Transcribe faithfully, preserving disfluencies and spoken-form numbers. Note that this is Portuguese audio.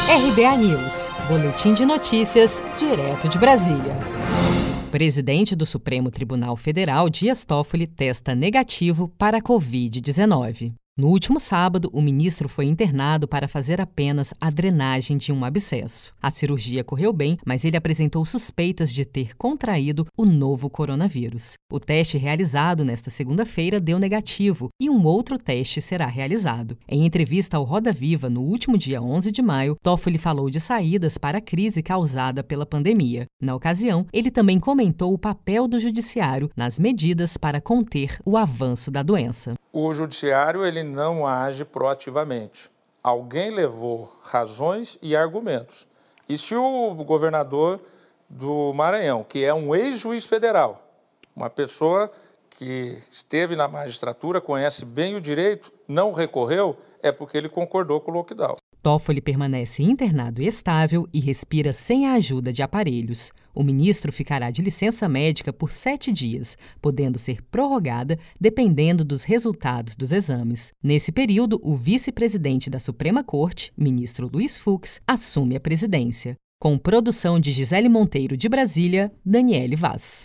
R B A News, boletim de notícias, direto de Brasília. O presidente do Supremo Tribunal Federal, Dias Toffoli, testa negativo para a covid dezenove. No último sábado, o ministro foi internado para fazer apenas a drenagem de um abscesso. A cirurgia correu bem, mas ele apresentou suspeitas de ter contraído o novo coronavírus. O teste realizado nesta segunda-feira deu negativo e um outro teste será realizado. Em entrevista ao Roda Viva no último dia onze de maio, Toffoli falou de saídas para a crise causada pela pandemia. Na ocasião, ele também comentou o papel do judiciário nas medidas para conter o avanço da doença. O judiciário ele não age proativamente. Alguém levou razões e argumentos. E se o governador do Maranhão, que é um ex-juiz federal, uma pessoa que esteve na magistratura, conhece bem o direito, não recorreu, é porque ele concordou com o lockdown. Toffoli permanece internado e estável e respira sem a ajuda de aparelhos. O ministro ficará de licença médica por sete dias, podendo ser prorrogada dependendo dos resultados dos exames. Nesse período, o vice-presidente da Suprema Corte, ministro Luiz Fux, assume a presidência. Com produção de Gisele Monteiro de Brasília, Daniele Vaz.